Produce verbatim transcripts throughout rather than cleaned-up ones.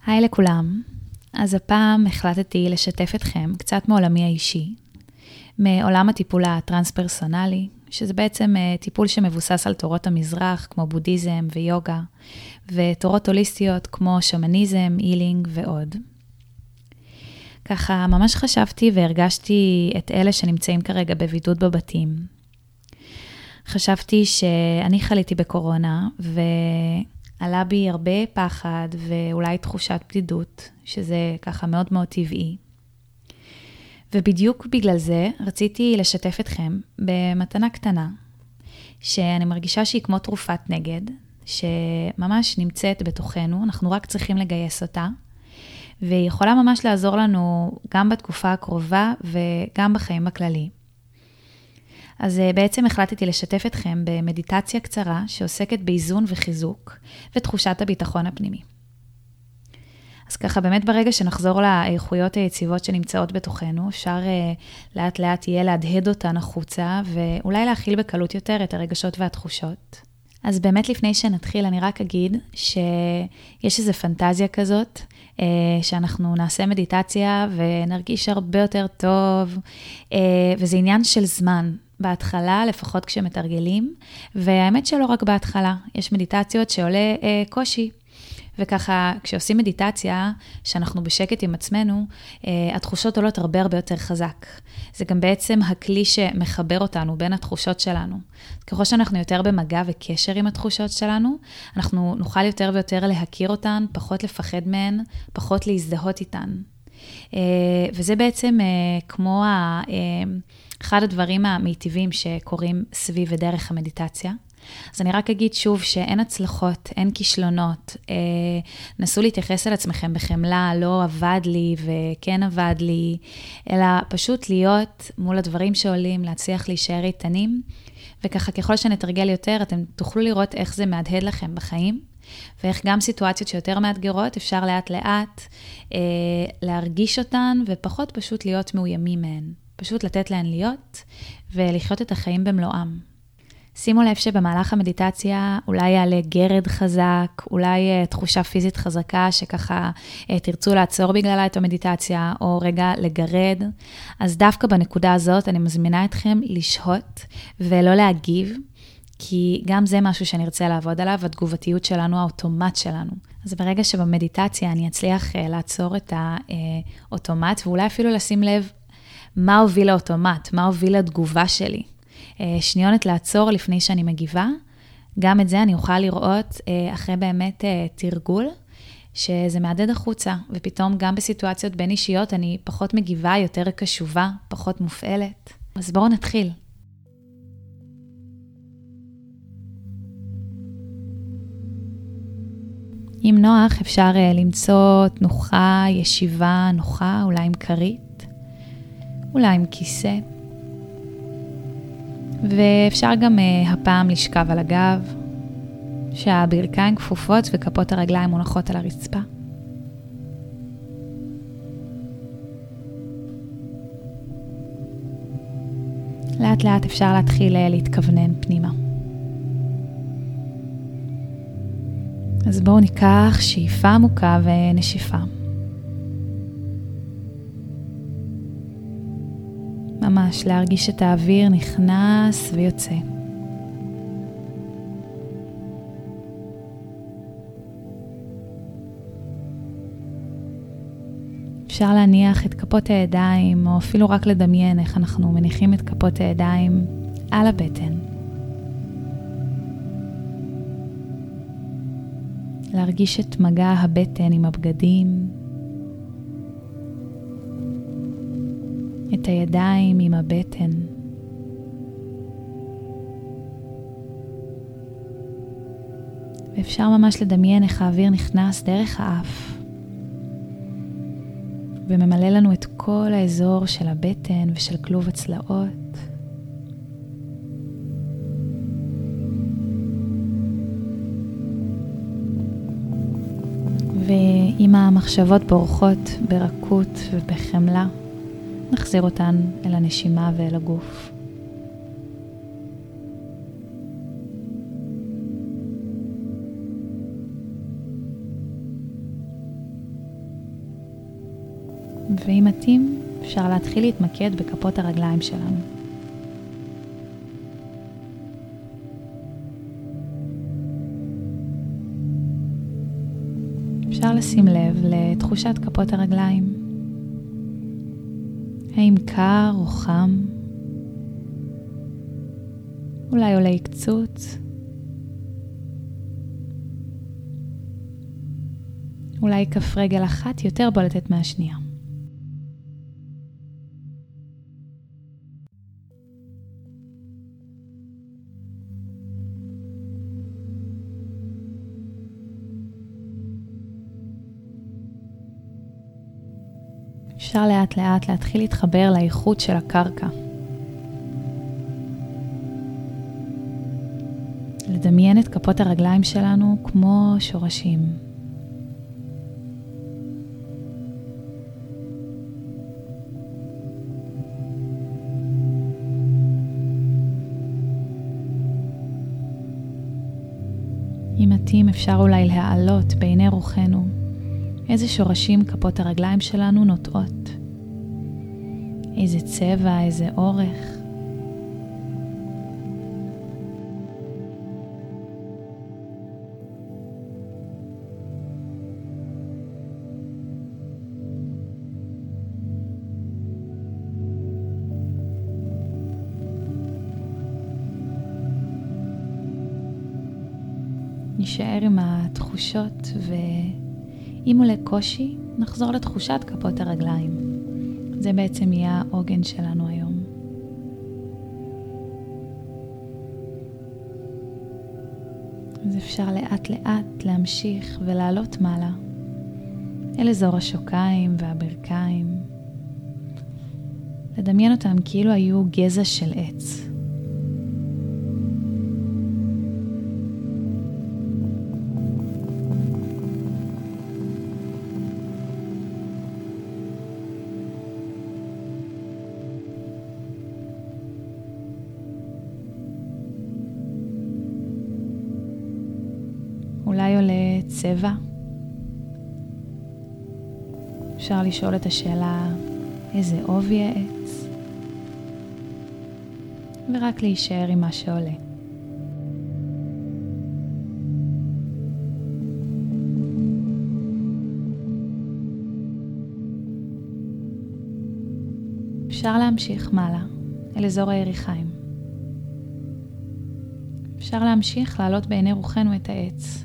היי לכולם, אז הפעם החלטתי לשתף אתכם קצת מעולמי האישי, מעולם הטיפול הטרנס-פרסונלי, שזה בעצם טיפול שמבוסס על תורות המזרח כמו בודהיזם ויוגה, ותורות הוליסטיות כמו שמניזם, הילינג ועוד. ככה ממש חשבתי והרגשתי את אלה שנמצאים כרגע בבידוד בבתים. חשבתי שאני חליתי בקורונה ו... עלה בי הרבה פחד ואולי תחושת בדידות, שזה ככה מאוד מאוד טבעי. ובדיוק בגלל זה רציתי לשתף אתכם במתנה קטנה, שאני מרגישה שהיא כמו תרופת נגד, שממש נמצאת בתוכנו, אנחנו רק צריכים לגייס אותה, והיא יכולה ממש לעזור לנו גם בתקופה הקרובה וגם בחיים הכללי. אז בעצם החלטתי לשתף אתכם במדיטציה קצרה שעוסקת באיזון וחיזוק ותחושת הביטחון הפנימי. אז ככה באמת ברגע שנחזור לאיכויות היציבות שנמצאות בתוכנו, אפשר לאט לאט יהיה להדהד אותן החוצה ואולי להכיל בקלות יותר את הרגשות והתחושות. אז באמת לפני שנתחיל אני רק אגיד שיש איזו פנטזיה כזאת, שאנחנו נעשה מדיטציה ונרגיש הרבה יותר טוב, וזה עניין של זמן. בהתחלה, לפחות כשמתרגלים, והאמת שלא רק בהתחלה, יש מדיטציות שעולה אה, קושי, וככה כשעושים מדיטציה, שאנחנו בשקט עם עצמנו, אה, התחושות עולות הרבה הרבה יותר חזק. זה גם בעצם הכלי שמחבר אותנו בין התחושות שלנו. ככל שאנחנו יותר במגע וקשר עם התחושות שלנו, אנחנו נוכל יותר ויותר להכיר אותן, פחות לפחד מהן, פחות להזדהות איתן. אה, וזה בעצם אה, כמו ה... אה, אחד הדברים המיטיבים שקורים סביב ודרך המדיטציה. אז אני רק אגיד שוב שאין הצלחות, אין כישלונות. אה, נסו להתייחס על עצמכם בחמלה, לא עבד לי וכן עבד לי, אלא פשוט להיות מול הדברים שעולים, להצליח להישאר איתנים, וככה ככל שנתרגל יותר, אתם תוכלו לראות איך זה מהדהד לכם בחיים, ואיך גם סיטואציות שיותר מאתגרות, אפשר לאט לאט אה, להרגיש אותן, ופחות פשוט להיות מאוימים מהן. פשוט לתת להן להיות, ולחיות את החיים במלואם. שימו לב שבמהלך המדיטציה, אולי יעלה גרד חזק, אולי תחושה פיזית חזקה, שככה תרצו לעצור בגללה את המדיטציה, או רגע לגרד. אז דווקא בנקודה הזאת, אני מזמינה אתכם לשהות, ולא להגיב, כי גם זה משהו שאני ארצה לעבוד עליו, התגובתיות שלנו, האוטומט שלנו. אז ברגע שבמדיטציה אני אצליח לעצור את האוטומט, ואולי אפילו לשים לב, מה הוביל לאוטומט? מה הוביל לתגובה שלי? שניונת לעצור לפני שאני מגיבה. גם את זה אני אוכל לראות אחרי באמת תרגול, שזה מעדד החוצה, ופתאום גם בסיטואציות בין אישיות אני פחות מגיבה, יותר קשובה, פחות מופעלת. אז בואו נתחיל. אם נוח, אפשר למצוא תנוחה, ישיבה נוחה, אולי עם כרית. אולי עם כיסא, ואפשר גם uh, הפעם לשכב על הגב, שהברכיים כפופות וכפות הרגליים מונחות על הרצפה. לאט לאט אפשר להתחיל uh, להתכוונן פנימה. אז בואו ניקח שאיפה עמוקה ונשיפה. ממש להרגיש את האוויר נכנס ויוצא. אפשר להניח את כפות הידיים, או אפילו רק לדמיין איך אנחנו מניחים את כפות הידיים על הבטן. להרגיש את מגע הבטן עם הבגדים, את הידיים עם הבטן. ואפשר ממש לדמיין איך האוויר נכנס דרך האף, וממלא לנו את כל האזור של הבטן ושל כלוב הצלעות. ועם המחשבות בורחות ברכות ובחמלה, נחזיר אותן אל הנשימה ואל הגוף. ואם מתאים, אפשר להתחיל להתמקד בכפות הרגליים שלנו. אפשר לשים לב לתחושת כפות הרגליים. האם קר או חם? אולי עולה קצוץ? אולי כף רגל אחת יותר בולטת מהשנייה. אפשר לאט לאט להתחיל להתחבר לאיכות של הקרקע. לדמיין את כפות הרגליים שלנו כמו שורשים. אם מתאים אפשר אולי להעלות בעיני רוחנו איזה שורשים כפות הרגליים שלנו נוטעות. איזה צבע, איזה אורך. נשאר עם התחושות, ואם עולה קושי, נחזור לתחושת כפות הרגליים. זה בעצם יהיה העוגן שלנו היום. אז אפשר לאט לאט להמשיך ולעלות מעלה, אל אזור השוקיים והברכיים. לדמיין אותם כאילו היו גזע של עץ. אולי עולה צבע. אפשר לשאול את השאלה איזה עובי העץ, ורק להישאר עם מה שעולה. אפשר להמשיך מעלה אל אזור היריחיים. אפשר להמשיך לעלות בעיני רוחנו את העץ.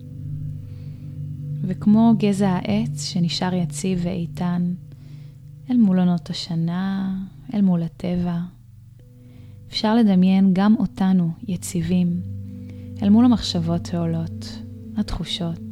וכמו גזע העץ שנשאר יציב ואיתן, אל מול עונות השנה, אל מול הטבע, אפשר לדמיין גם אותנו יציבים, אל מול המחשבות העולות, התחושות.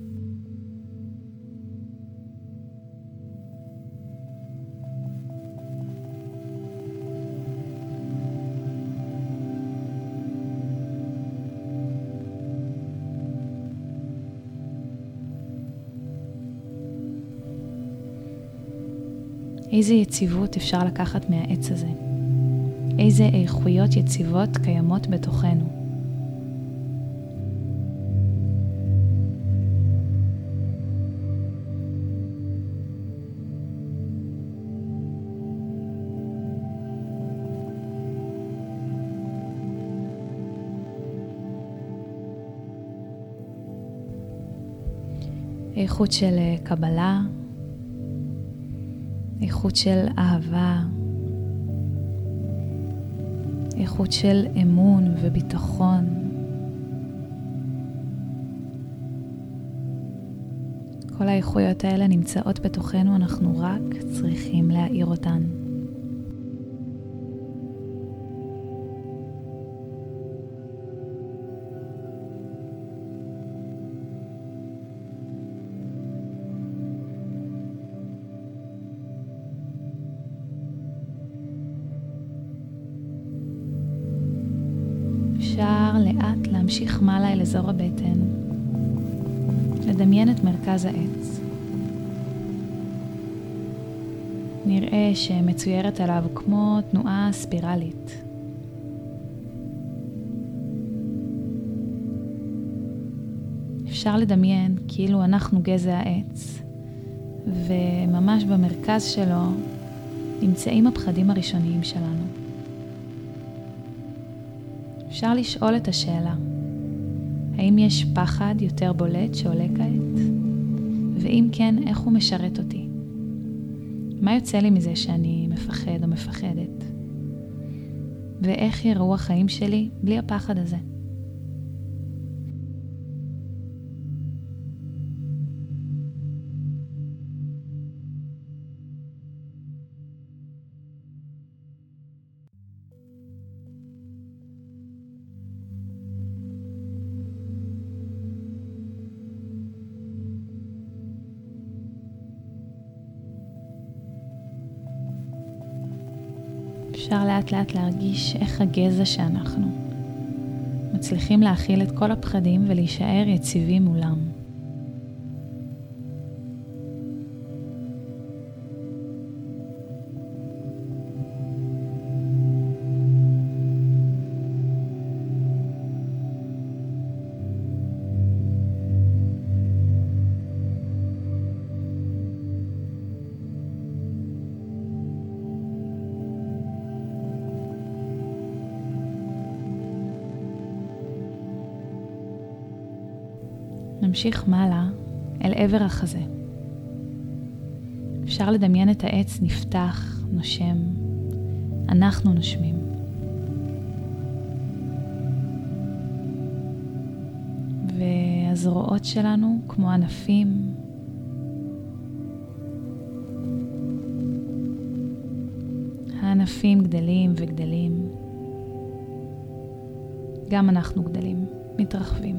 איזה יציבות אפשר לקחת מהעץ הזה? איזה איכויות יציבות קיימות בתוכנו? איכות של קבלה, איכות של אהבה, איכות של אמון וביטחון. כל האיכויות האלה נמצאות בתוכנו, אנחנו רק צריכים להאיר אותן. אפשר לאט להמשיך מעלה אל אזור הבטן, לדמיין את מרכז העץ. נראה שמצוירת עליו כמו תנועה ספירלית. אפשר לדמיין כאילו אנחנו גזע העץ, וממש במרכז שלו נמצאים הפחדים הראשוניים שלנו. אפשר לשאול את השאלה, האם יש פחד יותר בולט שעולה כעת? ואם כן, איך הוא משרת אותי? מה יוצא לי מזה שאני מפחד או מפחדת? ואיך יראו החיים שלי בלי הפחד הזה? אפשר לאט לאט להרגיש איך הגזע שאנחנו מצליחים להכיל את כל הפחדים ולהישאר יציבים מולם. נמשיך מעלה אל עבר החזה. אפשר לדמיין את העץ נפתח, נושם. אנחנו נושמים. והזרועות שלנו כמו ענפים. הענפים גדלים וגדלים. גם אנחנו גדלים, מתרחבים.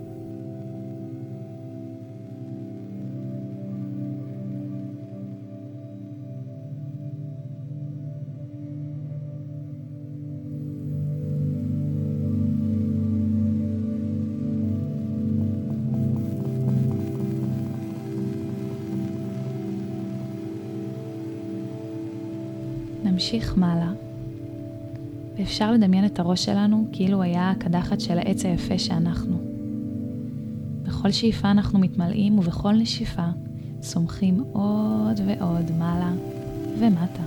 נמשיך מעלה, ואפשר לדמיין את הראש שלנו כאילו היה הקדחת של העץ היפה שאנחנו. בכל שאיפה אנחנו מתמלאים, ובכל נשיפה סומכים עוד ועוד מעלה ומטה.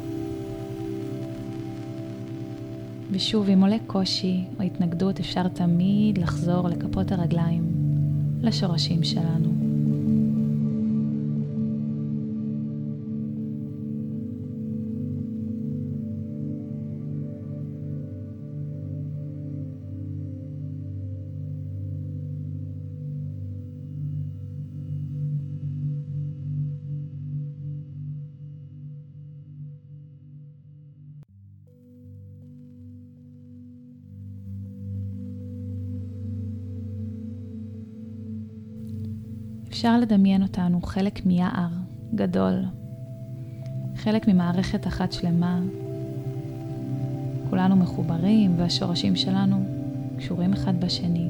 ושוב, אם עולה קושי או התנגדות, אפשר תמיד לחזור לכפות הרגליים, לשורשים שלנו. אפשר לדמיין אותנו חלק מיער גדול, חלק ממערכת אחת שלמה. כולנו מחוברים והשורשים שלנו קשורים אחד בשני.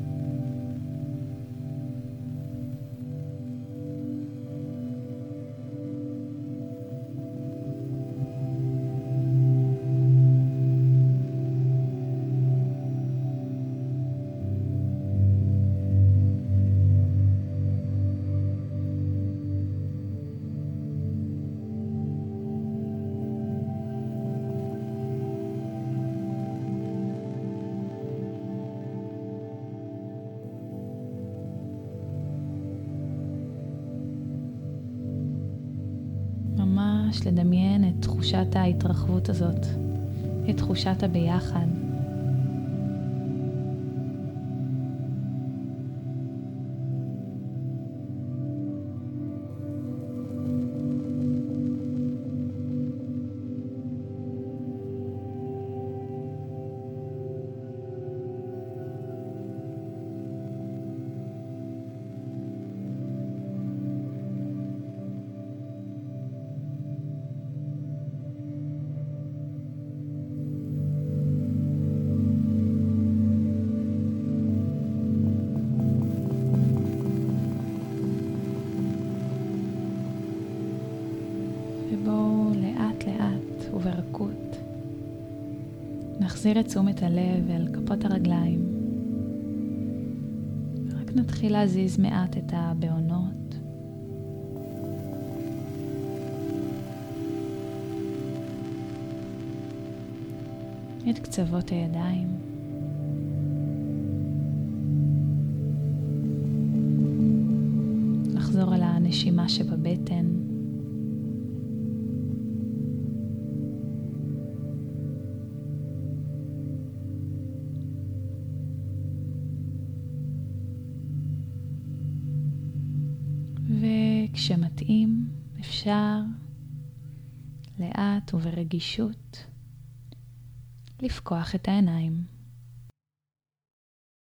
ממש לדמיין את תחושת ההתרחבות הזאת, את תחושת הביחד. ובואו לאט לאט וברכות נחזיר את תשומת הלב אל כפות הרגליים. רק נתחיל להזיז מעט את הבעונות. את קצוות הידיים. לחזור על הנשימה שבבטן. וכשמתאים, אפשר לאט וברגישות לפקוח את העיניים.